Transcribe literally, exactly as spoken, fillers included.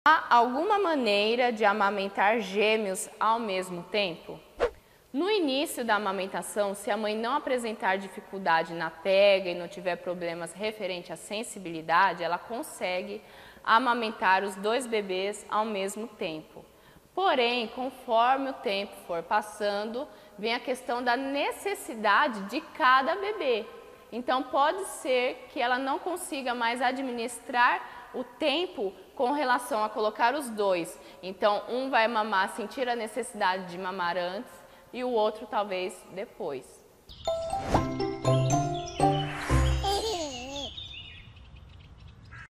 Há alguma maneira de amamentar gêmeos ao mesmo tempo? No início da amamentação, se a mãe não apresentar dificuldade na pega e não tiver problemas referentes à sensibilidade, ela consegue amamentar os dois bebês ao mesmo tempo. Porém, conforme o tempo for passando, vem a questão da necessidade de cada bebê. Então, pode ser que ela não consiga mais administrar o tempo com relação a colocar os dois. Então, um vai mamar, sentir a necessidade de mamar antes e o outro talvez depois.